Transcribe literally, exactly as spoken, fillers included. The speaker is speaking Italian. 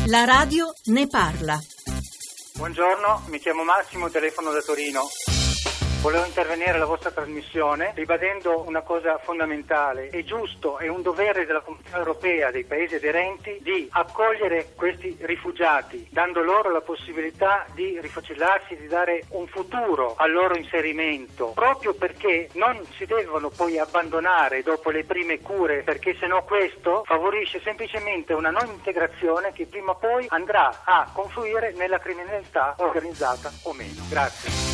La radio ne parla. Buongiorno, mi chiamo Massimo, telefono da Torino. Volevo intervenire alla vostra trasmissione ribadendo una cosa fondamentale. È giusto, è un dovere della Comunità Europea, dei paesi aderenti, di accogliere questi rifugiati, dando loro la possibilità di rifocillarsi, di dare un futuro al loro inserimento, proprio perché non si devono poi abbandonare dopo le prime cure, perché sennò questo favorisce semplicemente una non integrazione che prima o poi andrà a confluire nella criminalità organizzata o meno. Grazie.